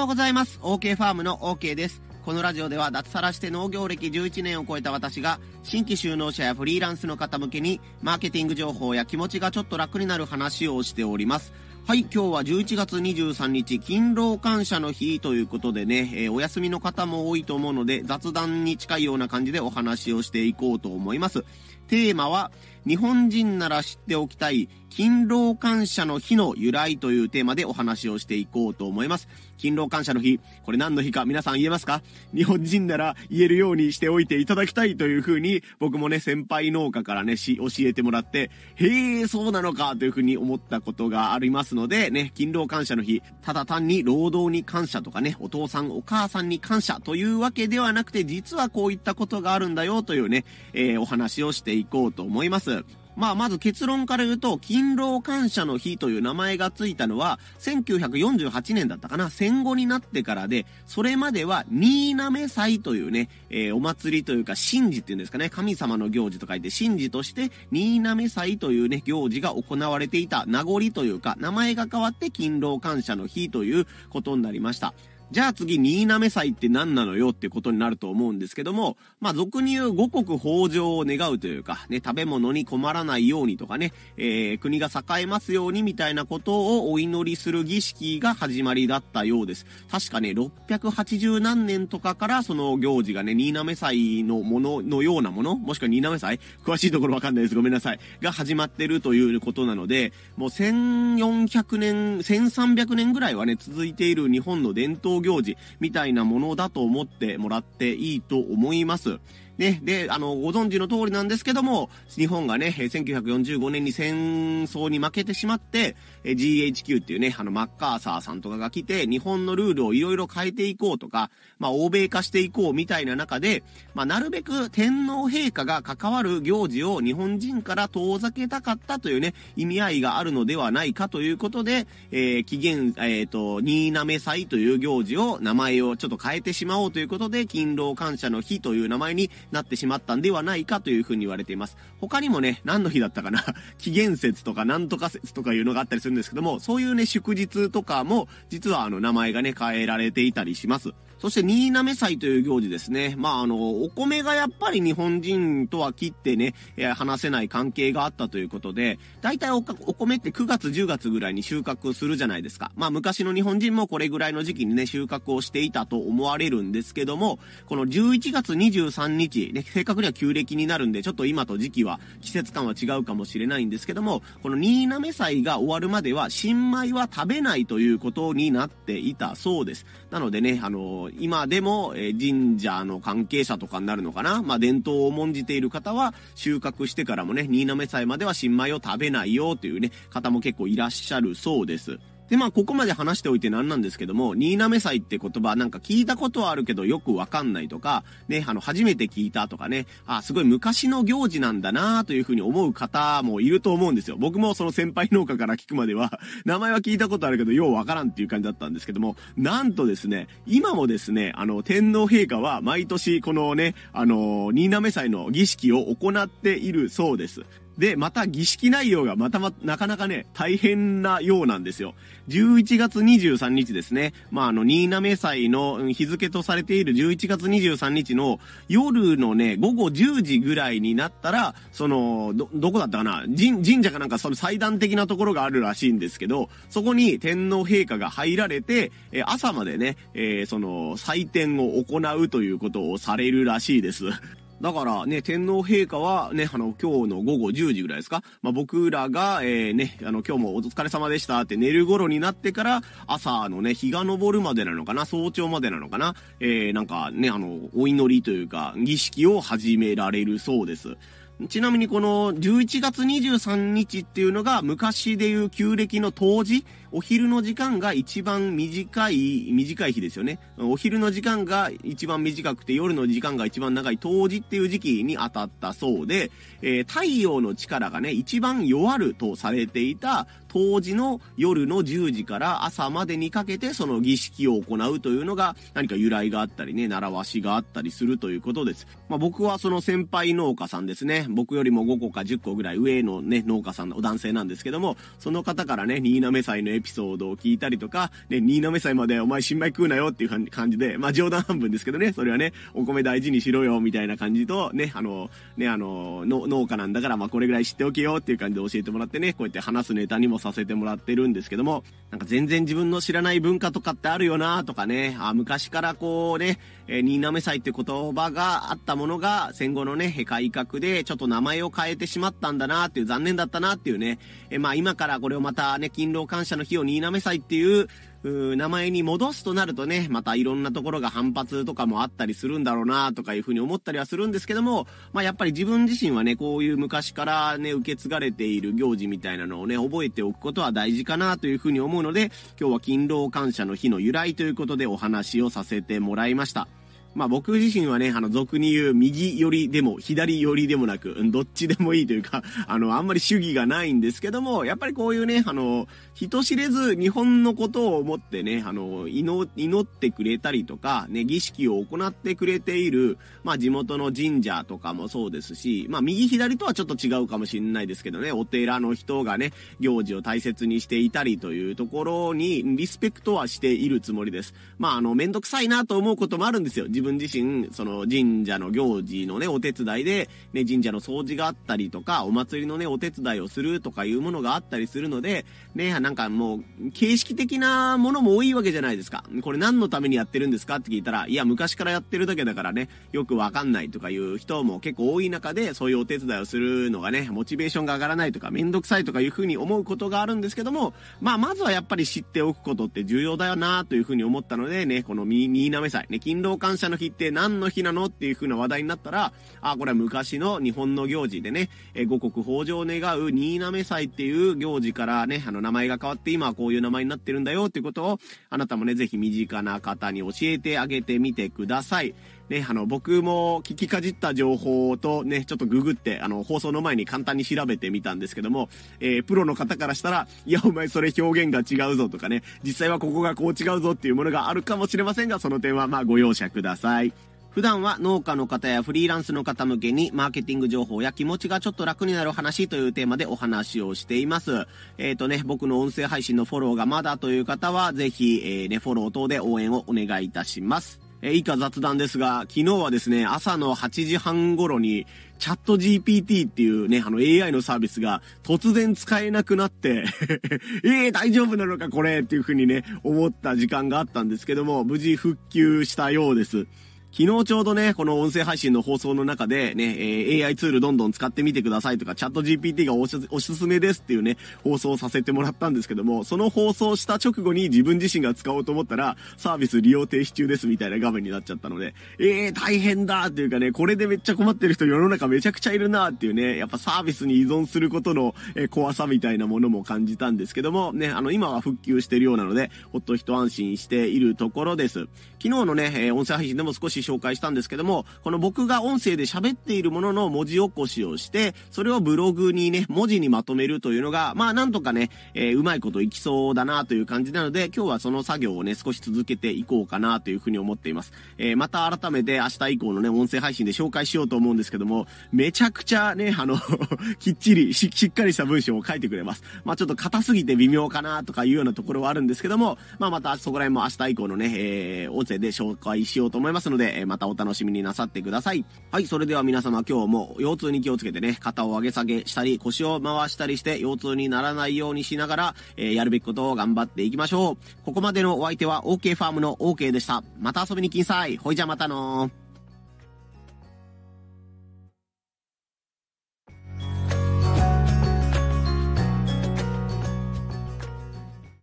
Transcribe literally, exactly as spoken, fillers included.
うございます。 OK ファームの OK です。このラジオでは脱サラして農業歴じゅういちねんを超えた私が新規就農者やフリーランスの方向けにマーケティング情報や気持ちがちょっと楽になる話をしております。はい、今日はじゅういちがつにじゅうさんにち勤労感謝の日ということでね、えー、お休みの方も多いと思うので雑談に近いような感じでお話をしていこうと思います。テーマは日本人なら知っておきたい勤労感謝の日の由来というテーマでお話をしていこうと思います。勤労感謝の日、これ何の日か皆さん言えますか？日本人なら言えるようにしておいていただきたいというふうに僕もね先輩農家からねし教えてもらって、へえそうなのかというふうに思ったことがありますのでね、勤労感謝の日、ただ単に労働に感謝とかね、お父さんお母さんに感謝というわけではなくて、実はこういったことがあるんだよというね、えー、お話をしていこうと思います。まあ、まず結論から言うと、勤労感謝の日という名前がついたのは、せんきゅうひゃくよんじゅうはちねんだったかな、戦後になってからで、それまでは、新滑祭というね、えー、お祭りというか、神事っていうんですかね、神様の行事と書いて、神事として、新滑祭というね、行事が行われていた名残というか、名前が変わって勤労感謝の日ということになりました。じゃあ次、新滑祭って何なのよってことになると思うんですけども、まあ俗に言う五穀豊穣を願うというか、ね、食べ物に困らないようにとかね、えー、国が栄えますようにみたいなことをお祈りする儀式が始まりだったようです。確かね、ろっぴゃくはちじゅうなんねんとかからその行事がね、新滑祭のもののようなもの、もしくは新滑祭詳しいところわかんないです。ごめんなさい。が始まってるということなので、もうせんよんひゃくねん、せんさんびゃくねんぐらいはね、続いている日本の伝統行事みたいなものだと思ってもらっていいと思います。ね、で、あの、ご存知の通りなんですけども、日本がね、せんきゅうひゃくよんじゅうごねんに戦争に負けてしまって、ジーエイチキュー っていうね、あの、マッカーサーさんとかが来て、日本のルールをいろいろ変えていこうとか、まあ、欧米化していこうみたいな中で、まあ、なるべく天皇陛下が関わる行事を日本人から遠ざけたかったというね、意味合いがあるのではないかということで、えー、紀元、えっと、新滑祭という行事を、名前をちょっと変えてしまおうということで、勤労感謝の日という名前になってしまったんではないかというふうに言われています。他にもね、何の日だったかな紀元節とかなんとか節とかいうのがあったりするんですけども、そういうね、祝日とかも、実はあの、名前がね、変えられていたりします。そして、新滑祭という行事ですね。まあ、あの、お米がやっぱり日本人とは切ってね、えー、話せない関係があったということで、大体お、お米ってくがつじゅうがつぐらいに収穫するじゃないですか。まあ、昔の日本人もこれぐらいの時期にね、収穫をしていたと思われるんですけども、このじゅういちがつにじゅうさんにち、ね、正確には旧暦になるんで、ちょっと今と時期は、季節感は違うかもしれないんですけども、この新滑祭が終わるまでは、新米は食べないということになっていたそうです。なのでね、あの、今でも、えー、神社の関係者とかになるのかな、まあ、伝統を重んじている方は、収穫してからもね、新滑祭までは新米を食べないよというね、方も結構いらっしゃるそうです。で、まあ、ここまで話しておいてなんなんですけども、新滑祭って言葉なんか聞いたことはあるけどよくわかんないとか、ね、あの、初めて聞いたとかね、あ、すごい昔の行事なんだなというふうに思う方もいると思うんですよ。僕もその先輩農家から聞くまでは、名前は聞いたことあるけどようわからんっていう感じだったんですけども、なんとですね、今もですね、あの、天皇陛下は毎年このね、あの、新滑祭の儀式を行っているそうです。で、また儀式内容がまたま、なかなかね、大変なようなんですよ。じゅういちがつにじゅうさんにちですね。まあ、あの、新滑祭の日付とされているじゅういちがつにじゅうさんにちの夜のね、ごごじゅうじぐらいになったら、その、ど、どこだったかな、神、神社かなんかその祭壇的なところがあるらしいんですけど、そこに天皇陛下が入られて、え朝までね、えー、その、祭典を行うということをされるらしいです。だからね、天皇陛下はね、あの、今日のごごじゅうじぐらいですか、まあ、僕らが、えー、ね、あの、今日もお疲れ様でしたって寝る頃になってから、朝のね、日が昇るまでなのかな、早朝までなのかな、えー、なんかね、あの、お祈りというか、儀式を始められるそうです。ちなみにこのじゅういちがつにじゅうさんにちっていうのが昔でいう旧暦の冬至、お昼の時間が一番短い、短い日ですよね。お昼の時間が一番短くて夜の時間が一番長い冬至っていう時期に当たったそうで、えー、太陽の力がね、一番弱るとされていた冬至の夜のじゅうじから朝までにかけてその儀式を行うというのが何か由来があったりね、習わしがあったりするということです。まあ僕はその先輩農家さんですね。僕よりもごこかじゅっこぐらい上のね、農家さんの男性なんですけども、その方からね、新滑祭のエピソードを聞いたりとか、ね、新滑祭までお前新米食うなよっていう感じで、まあ冗談半分ですけどね、それはね、お米大事にしろよみたいな感じと、ね、あの、ね、あの、の農家なんだから、まあこれぐらい知っておけよっていう感じで教えてもらってね、こうやって話すネタにもさせてもらってるんですけども、なんか全然自分の知らない文化とかってあるよなとかね、あ、昔からこうね、えー、新滑祭って言葉があったものが戦後のね、改革でちょっと名前を変えてしまったんだなっていう、残念だったなっていうね、えー、まあ今からこれをまたね、勤労感謝の日を新滑祭っていうう名前に戻すとなるとね、またいろんなところが反発とかもあったりするんだろうなとかいうふうに思ったりはするんですけども、まあやっぱり自分自身はね、こういう昔からね、受け継がれている行事みたいなのをね、覚えておくことは大事かなというふうに思うので、今日は勤労感謝の日の由来ということでお話をさせてもらいました。まあ僕自身はね、あの俗に言う右寄りでも左寄りでもなく、どっちでもいいというか、あのあんまり主義がないんですけども、やっぱりこういうね、あの人知れず日本のことを思ってね、あの祈祈ってくれたりとかね、儀式を行ってくれている、まあ地元の神社とかもそうですし、まあ右左とはちょっと違うかもしれないですけどね、お寺の人がね、行事を大切にしていたりというところにリスペクトはしているつもりです。まああのめんどくさいなと思うこともあるんですよ。自分自身、その神社の行事のね、お手伝いで、ね、神社の掃除があったりとか、お祭りのね、お手伝いをするとかいうものがあったりするので、ね、なんかもう、形式的なものも多いわけじゃないですか。これ何のためにやってるんですかって聞いたら、いや、昔からやってるだけだからね、よくわかんないとかいう人も結構多い中で、そういうお手伝いをするのがね、モチベーションが上がらないとか、めんどくさいとかいうふうに思うことがあるんですけども、まあ、まずはやっぱり知っておくことって重要だよなというふうに思ったのでね、この新滑祭、ね、勤労感謝の日って何の日なのっていう風な話題になったら、あ、これは昔の日本の行事でね、え五穀豊穣を願う新滑祭っていう行事からね、あの名前が変わって今はこういう名前になってるんだよっていうことを、あなたもね、ぜひ身近な方に教えてあげてみてください。ね、あの、僕も聞きかじった情報とね、ちょっとググって、あの、放送の前に簡単に調べてみたんですけども、えー、プロの方からしたら、いや、お前それ表現が違うぞとかね、実際はここがこう違うぞっていうものがあるかもしれませんが、その点はまあご容赦ください。普段は農家の方やフリーランスの方向けにマーケティング情報や気持ちがちょっと楽になる話というテーマでお話をしています。えっとね、僕の音声配信のフォローがまだという方はぜひ、えー、ね、フォロー等で応援をお願いいたします。えー、以下雑談ですが、昨日はですね、朝のはちじはん頃にチャット ジーピーティー っていうね、あの エーアイ のサービスが突然使えなくなってえー、大丈夫なのかこれっていう風にね、思った時間があったんですけども、無事復旧したようです。昨日ちょうどね、この音声配信の放送の中でね、えー、エーアイ ツールどんどん使ってみてくださいとか、チャット ジーピーティー がおしおすすめですっていうね、放送させてもらったんですけども、その放送した直後に自分自身が使おうと思ったら、サービス利用停止中ですみたいな画面になっちゃったので、えー、大変だっていうかね、これでめっちゃ困ってる人世の中めちゃくちゃいるなっていうね、やっぱサービスに依存することの、えー、怖さみたいなものも感じたんですけども、ね、あの、今は復旧してるようなので、ほっと一安心しているところです。昨日のね、えー、音声配信でも少し紹介したんですけども、この僕が音声で喋っているものの文字起こしをして、それをブログにね、文字にまとめるというのが、まあなんとかね、えー、うまいこといきそうだなという感じなので、今日はその作業をね、少し続けていこうかなというふうに思っています。えー、また改めて明日以降のね、音声配信で紹介しようと思うんですけども、めちゃくちゃね、あの、きっちりし、しっかりした文章を書いてくれます。まあちょっと硬すぎて微妙かなとかいうようなところはあるんですけども、まあまたそこら辺も明日以降のね、えー、音声で紹介しようと思いますので、えー、またお楽しみになさってください。はい、それでは皆様今日も腰痛に気をつけてね、肩を上げ下げしたり、腰を回したりして腰痛にならないようにしながら、えー、やるべきことを頑張っていきましょう。ここまでのお相手は OK ファームの OK でした。また遊びに来んさい。ほいじゃまたのー。